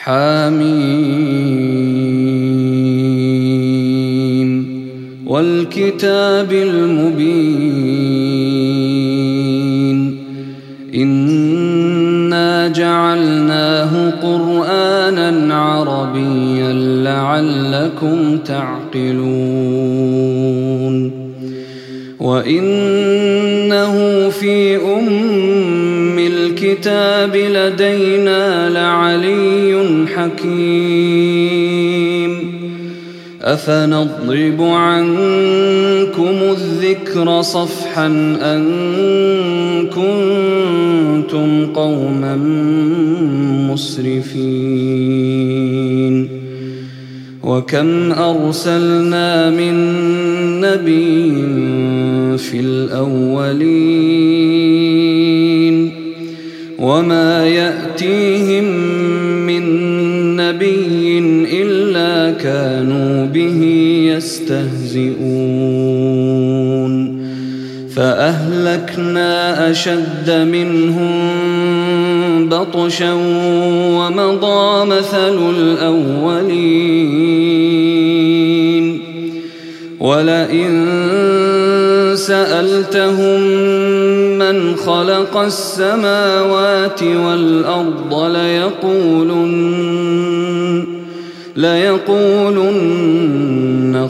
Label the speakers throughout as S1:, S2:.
S1: حم والكتاب المبين إنا جعلناه قرآنا عربيا لعلكم تعقلون وإنه في أم الكتاب لدينا لعلي حكيم أفنضرب عنكم الذكر صفحا أن كنتم قوما مسرفين وكم أرسلنا من نبي في الأولين وما يأتيهم من نبي إلا كانوا به يستهزئون فأهلكنا أشد منهم بطشا ومضى مثل الأولين ولئن سألتهم من خلق السماوات والأرض ليقولن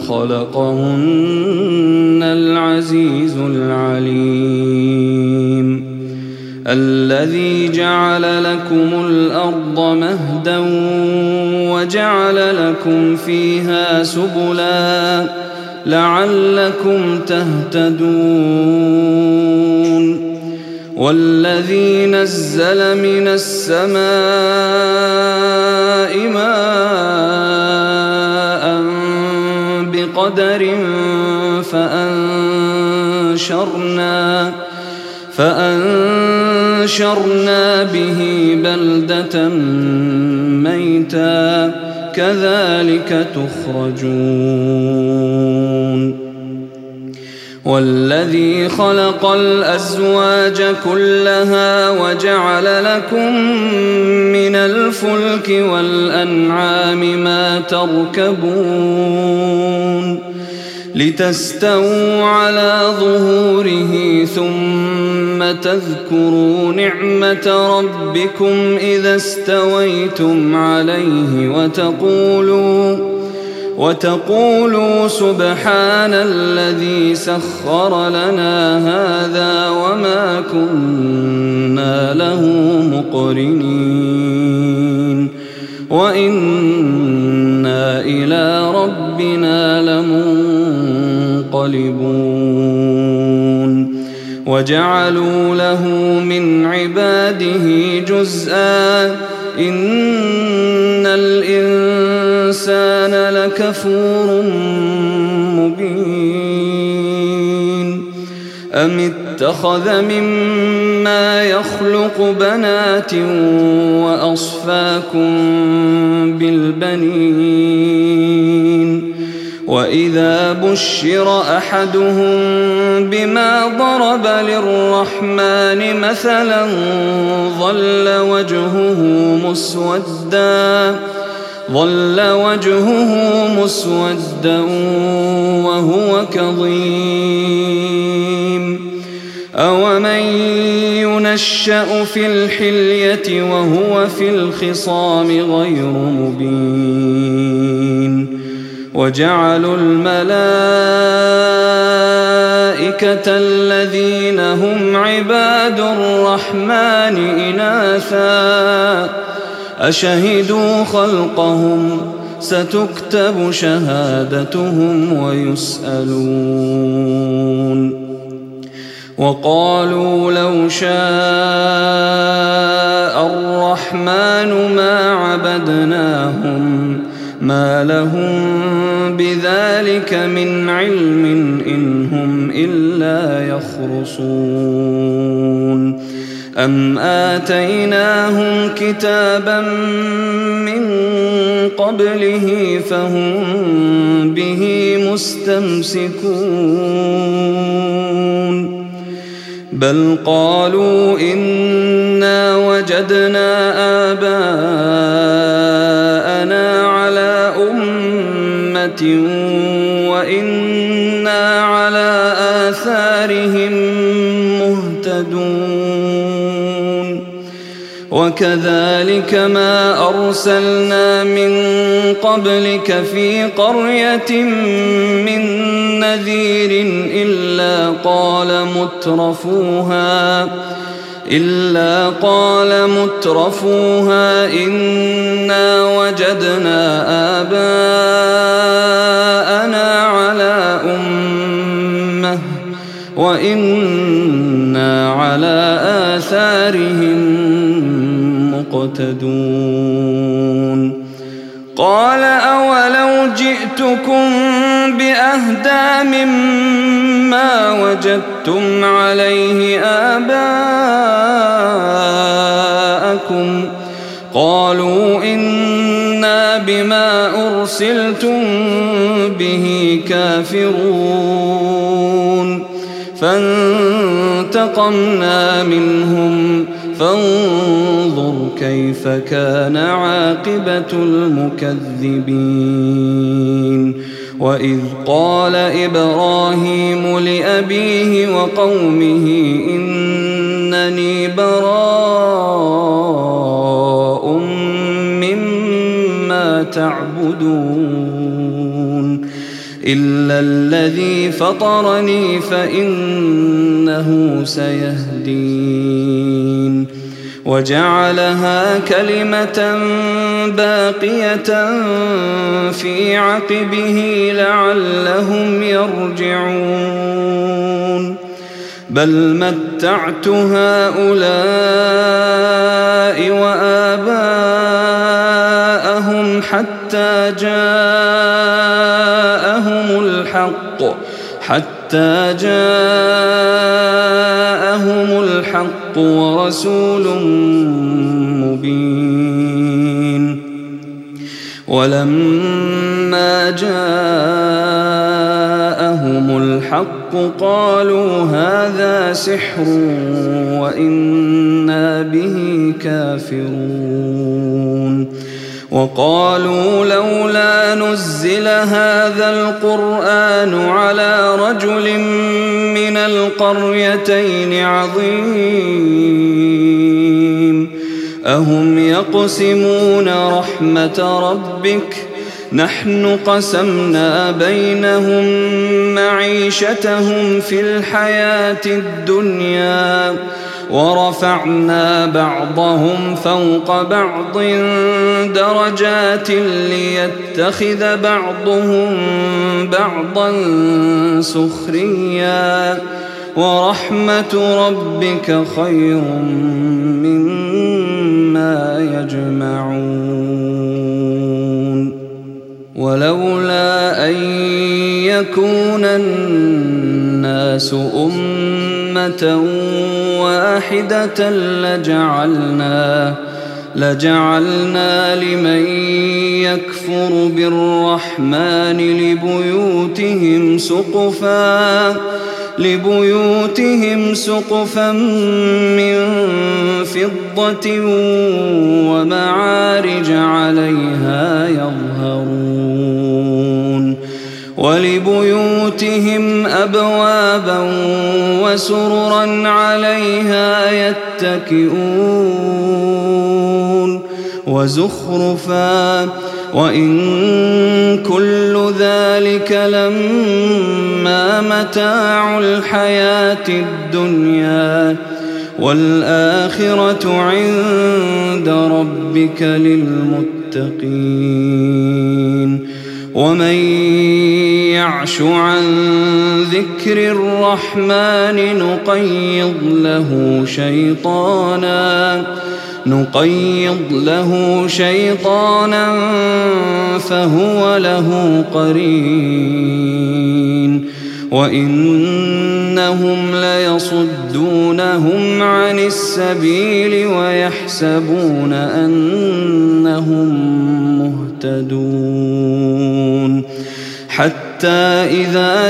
S1: خلقهن العزيز العليم الذي جعل لكم الأرض مهدا وجعل لكم فيها سبلا لعلكم تهتدون والذي نزل من السماء ماء بقدر فأنشرنا به بلدة ميتا كذلك تخرجون والذي خلق الأزواج كلها وجعل لكم من الفلك والأنعام ما تركبون لتستووا على ظهوره ثم تذكروا نعمة ربكم إذا استويتم عليه وتقولوا سبحان الذي سخر لنا هذا وما كنا له مقرنين وإنا إلى ربنا لمنقلبون وجعلوا له من عباده جزءا إن الإنسان لكفور مبين أم اتخذ مما يخلق بنات وأصفاكم بالبنين وإذا بشر أحدهم بما ضرب للرحمن مثلا ظل وجهه مسودا وهو كظيم أومن ينشأ في الحلية وهو في الخصام غير مبين وجعلوا الملائكة الذين هم عباد الرحمن إناثا أشهدوا خلقهم ستكتب شهادتهم ويسألون وقالوا لو شاء الرحمن ما عبدناهم ما لهم بذلك من علم إن هم إلا يخرصون أم آتيناهم كتابا من قبله فهم به مستمسكون بل قالوا إنا وجدنا آباءنا بَيِّنَةٍ وَإِنَّا عَلَى آثَارِهِم مُهْتَدُونَ وَكَذَلِكَ مَا أَرْسَلْنَا مِن قَبْلِكَ فِي قَرْيَةٍ مِّن نَّذِيرٍ إِلَّا قَالَ مُتْرَفُوهَا إِنَّا وَجَدْنَا آبَاءَنَا عَلَىٰ أُمَّةٍ وَإِنَّا عَلَىٰ آثَارِهِم مُقْتَدُونَ قَالَ أَوَلَوْ جِئْتُكُم بِأَهْدَىٰ مِمَّا وَجَدتُّمْ عَلَيْهِ آبَاءَكُمْ قَالُوا إِنَّا بِمَا أُرْسِلْتُم بِهِ كَافِرُونَ فَانتَقَمْنَا مِنْهُمْ فانظُرْ كَيْفَ كَانَ عَاقِبَةُ الْمُكَذِّبِينَ وَإِذْ قَالَ إِبْرَاهِيمُ لِأَبِيهِ وَقَوْمِهِ إِنَّنِي بَرَاءٌ مِّمَّا تَعْبُدُونَ إِلَّا الَّذِي فَطَرَنِي فَإِنَّهُ سَيَهْدِينِ وَجَعَلَهَا كَلِمَةً بَاقِيَةً فِي عَقِبِهِ لَعَلَّهُمْ يَرْجِعُونَ بَلْ مَتَّعْتُ هَٰؤُلَاءِ وَآبَاءَهُمْ حَتَّىٰ جَاءَهُمُ الْحَقُّ وَرَسُولٌ مُّبِينٌ وَلَمَّا جَاءَهُمُ الْحَقُّ قَالُوا هَٰذَا سِحْرٌ وَإِنَّا بِهِ كَافِرُونَ وَقَالُوا لَوْلَا نُزِّلَ هَٰذَا الْقُرْآنُ عَلَىٰ رَجُلٍ مِّنَ الْقَرْيَتَيْنِ عَظِيمٍ أَهُمْ يَقْسِمُونَ رَحْمَةَ رَبِّكَ نَحْنُ قَسَمْنَا بَيْنَهُم مَّعِيشَتَهُمْ فِي الْحَيَاةِ الدُّنْيَا وَرَفَعْنَا بَعْضَهُمْ فَوْقَ بَعْضٍ دَرَجَاتٍ لِّيَتَّخِذَ بَعْضُهُم بَعْضًا سُخْرِيًّا وَرَحْمَةُ رَبِّكَ خَيْرٌ مِّمَّا يَجْمَعُونَ وَلَوْلَا أَن يَكُونَ النَّاسُ أُمَّةً وَاحِدَةً لَجَعَلْنَا لِمَن يَكْفُرُ بِالرَّحْمَٰنِ لِبُيُوتِهِمْ سُقُفًا مِّن فِضَّةٍ وَمَعَارِجَ عَلَيْهَا يَظْهَرُونَ وَلِبُيُوتِهِمْ أَبْوَابًا وَسُرُرًا عَلَيْهَا يَتَّكِئُونَ وَزُخْرُفًا وَإِن كُلُّ ذَلِكَ لَمَّا مَتَاعُ الْحَيَاةِ الدُّنْيَا وَالْآخِرَةُ عِندَ رَبِّكَ لِلْمُتَّقِينَ وَمَن يَعْشُ عَن ذِكْرِ الرَّحْمَٰنِ نُقَيِّضْ لَهُ شَيْطَانًا فَهُوَ لَهُ قَرِينٌ وَإِنَّهُمْ لَيَصُدُّونَهُمْ عَنِ السَّبِيلِ وَيَحْسَبُونَ أَنَّهُم مُّهْتَدُونَ حَتَّىٰ إِذَا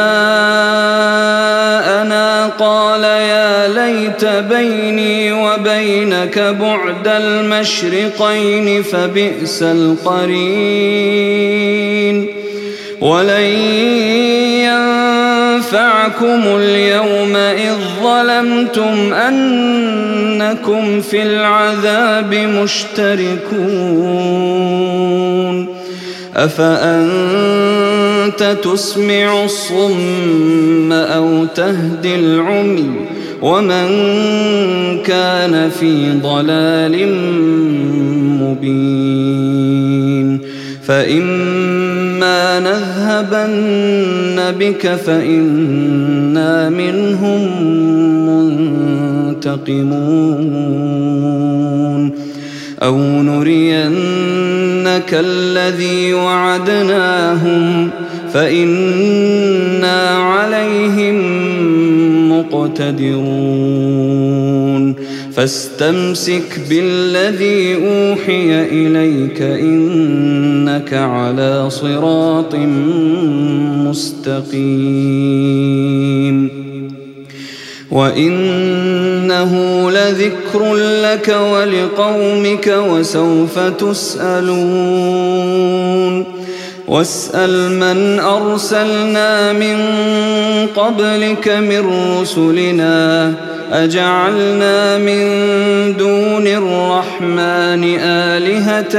S1: جَاءَنَا قَالَ يَا لَيْتَ بَيْنِي وَبَيْنَكَ بُعْدَ الْمَشْرِقَيْنِ فَبِئْسَ الْقَرِينُ ولن ينفعكم اليوم إذ ظلمتم أنكم في العذاب مشتركون أفأنت تسمع الصم أو تهدي العمي ومن كان في ضلال مبين فإما نذهبن بك فإنا منهم منتقمون أو نرينك الذي وعدناهم فإنا عليهم مقتدرون فاستمسك بالذي أوحي إليك إنك على صراط مستقيم وإنه لذكر لك ولقومك وسوف تسألون واسأل من أرسلنا من قبلك من رسلنا أجعلنا من دون الرحمن آلهة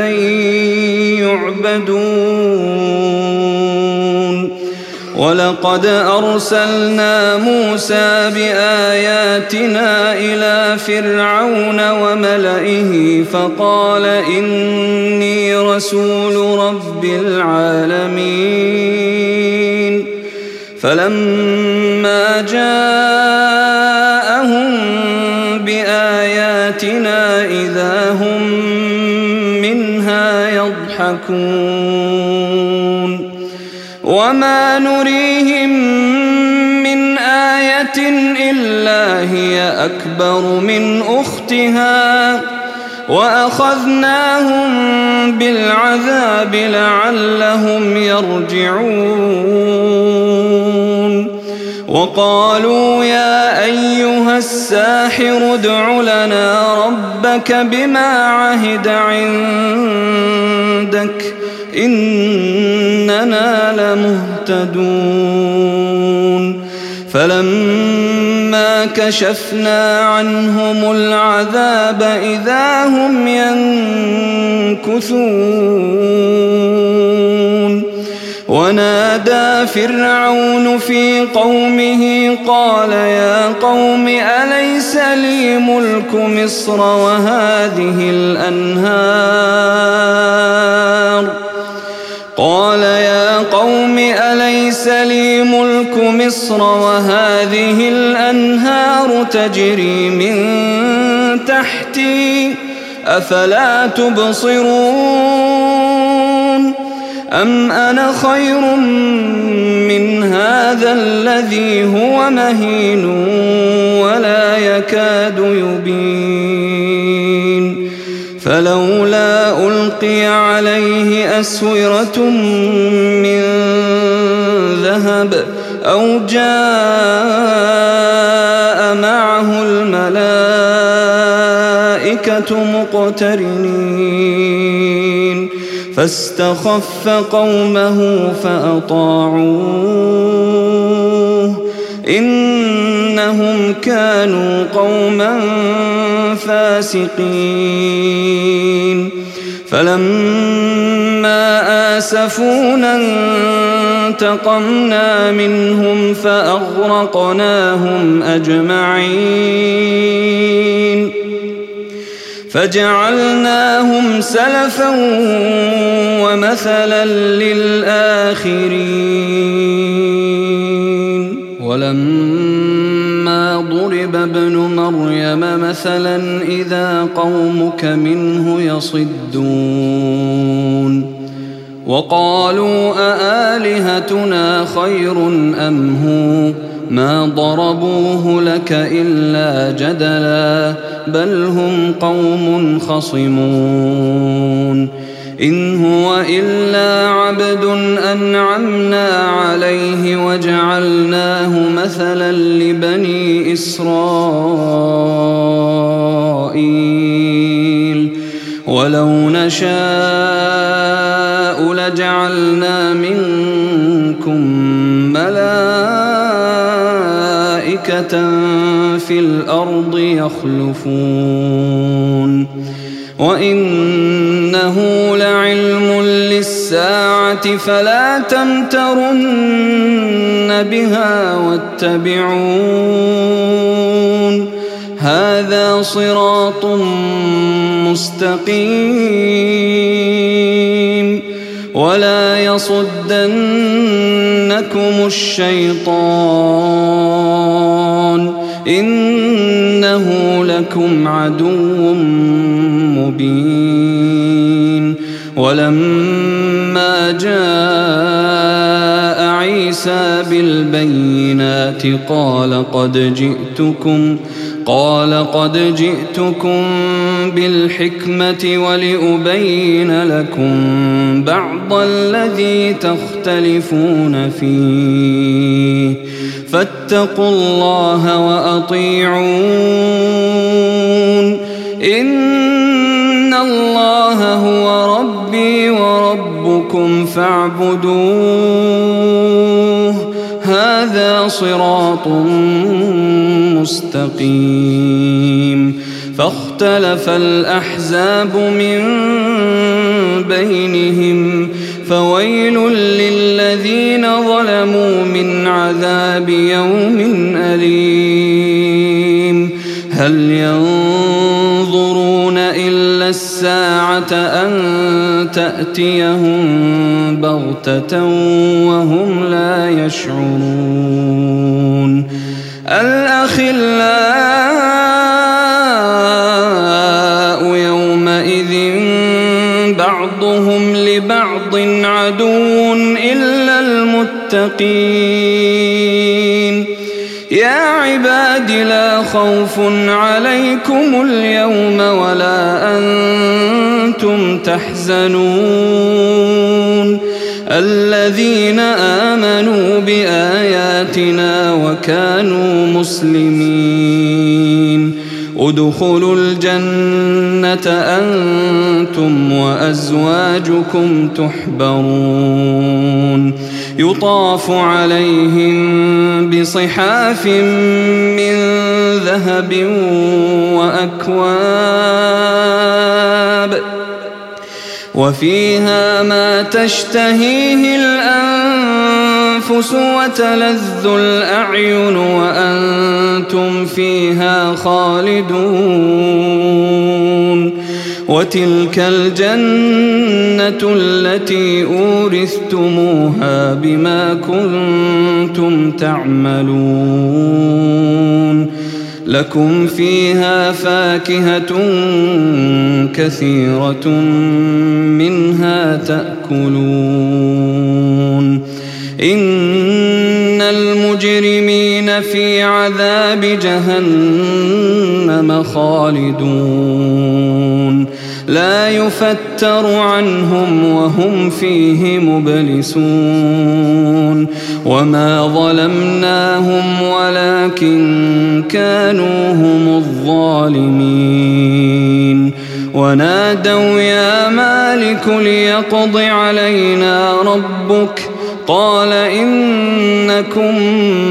S1: يعبدون ولقد أرسلنا موسى بآياتنا إلى فرعون وملئه فقال إني رسول رب العالمين فلما جاءهم بآياتنا إذا هم منها يضحكون وما نريهم من آية إلا هي أكبر من أختها وأخذناهم بالعذاب لعلهم يرجعون وقالوا يا أيها الساحر ادع لنا ربك بما عهد عندك إننا لمهتدون فلما كشفنا عنهم العذاب إذا هم ينكثون ونادى فرعون في قومه قال يا قوم أليس لي ملك مصر وهذه الأنهار تجري من تحتي أفلا تبصرون أم أنا خير من هذا الذي هو مهين ولا يكاد يبين فلولا ألقي عليه أسورة من ذهب أو جاء معه الملائكة مقترنين فاستخف قومه فأطاعوه إنهم كانوا قوما فاسقين فلما آسفونا انتقمنا منهم فأغرقناهم أجمعين فجعلناهم سلفا ومثلا للآخرين ولما ضرب ابن مريم مثلا إذا قومك منه يصدون وقالوا أآلهتنا خير أم هو ما ضربوه لك إلا جدلا بل هم قوم خصمون إن هو إلا عبد أنعمنا عليه وجعلناه مثلا لبني إسرائيل ولو نشاء لجعلنا منكم فاكهة في الأرض يخلفون وإنه لعلم للساعة فلا تمترن بها واتبعون هذا صراط مستقيم ولا يصدنكم الشيطان إنه لكم عدو مبين ولما جاء عيسى بالبينات قال قد جئتكم بالحكمة ولأبين لكم بعض الذي تختلفون فيه فاتقوا الله وأطيعون إن الله هو ربي وربكم فاعبدوه هذا صراط مستقيم فاختلف الأحزاب من بينهم فويل للذين ظلموا من عذاب يوم أليم هل ينظرون إلا الساعة أن تأتيهم بغتة وهم لا يشعرون الأخلاء يومئذ بعضهم لبعض عدو إلا المتقين يا عباد لا خوف عليكم اليوم ولا أنتم تحزنون الذين آمنوا بآياتنا وكانوا مسلمين ادخلوا الجنة أنتم وأزواجكم تحبرون يطاف عليهم بصحاف من ذهب وأكواب وفيها ما تشتهيه الأنفس وتلذ الأعين وأنتم فيها خالدون وتلك الجنة التي أورثتموها بما كنتم تعملون لكم فيها فاكهة كثيرة منها تأكلون إن المجرمين في عذاب جهنم خالدون لا يفتر عنهم وهم فيه مبلسون وما ظلمناهم ولكن كانوا هم الظالمين ونادوا يا مالك ليقض علينا ربك قال إنكم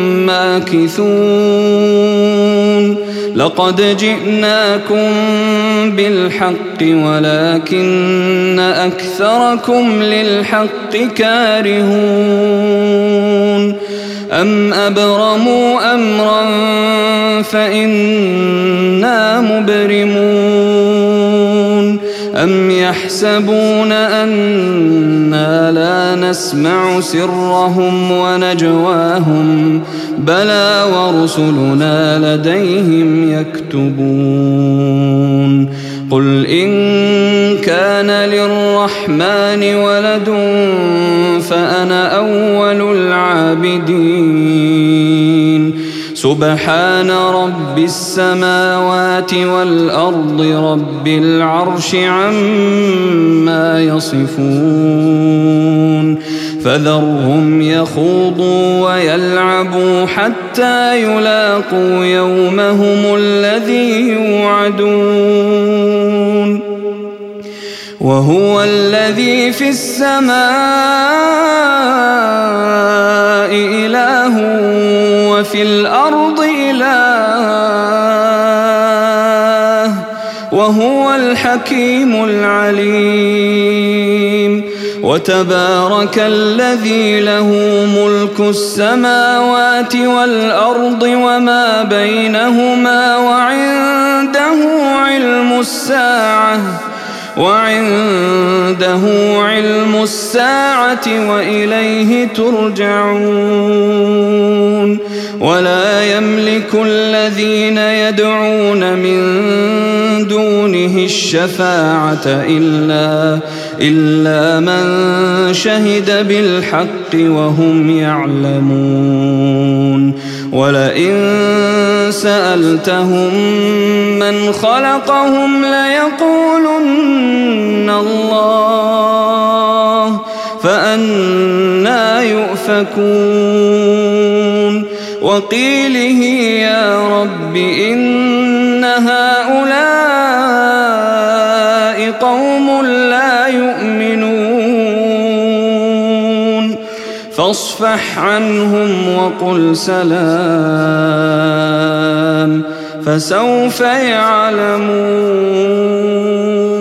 S1: ماكثون لقد جئناكم بالحق ولكن أكثركم للحق كارهون أم أبرموا أمرا فإنا مبرمون أم يحسبون أنا لا نسمع سرهم ونجواهم بلى ورسلنا لديهم يكتبون قل إن كان للرحمن ولد فأنا أول العابدين سبحان رب السماوات والأرض رب العرش عما يصفون فذرهم يخوضوا ويلعبوا حتى يلاقوا يومهم الذي يوعدون وهو الذي في السماء إله وفي الأرض إله وهو الحكيم العليم وتبارك الذي له ملك السماوات والأرض وما بينهما وعنده علم الساعة وإليه ترجعون ولا يملك الذين يدعون من دونه الشفاعة إلا من شهد بالحق وهم يعلمون ولئن سألتهم من خلقهم ليقولن الله فأنى يؤفكون وقيله يا رب إن هؤلاء قوم لا يؤمنون فاصفح عنهم وقل سلام فسوف يعلمون.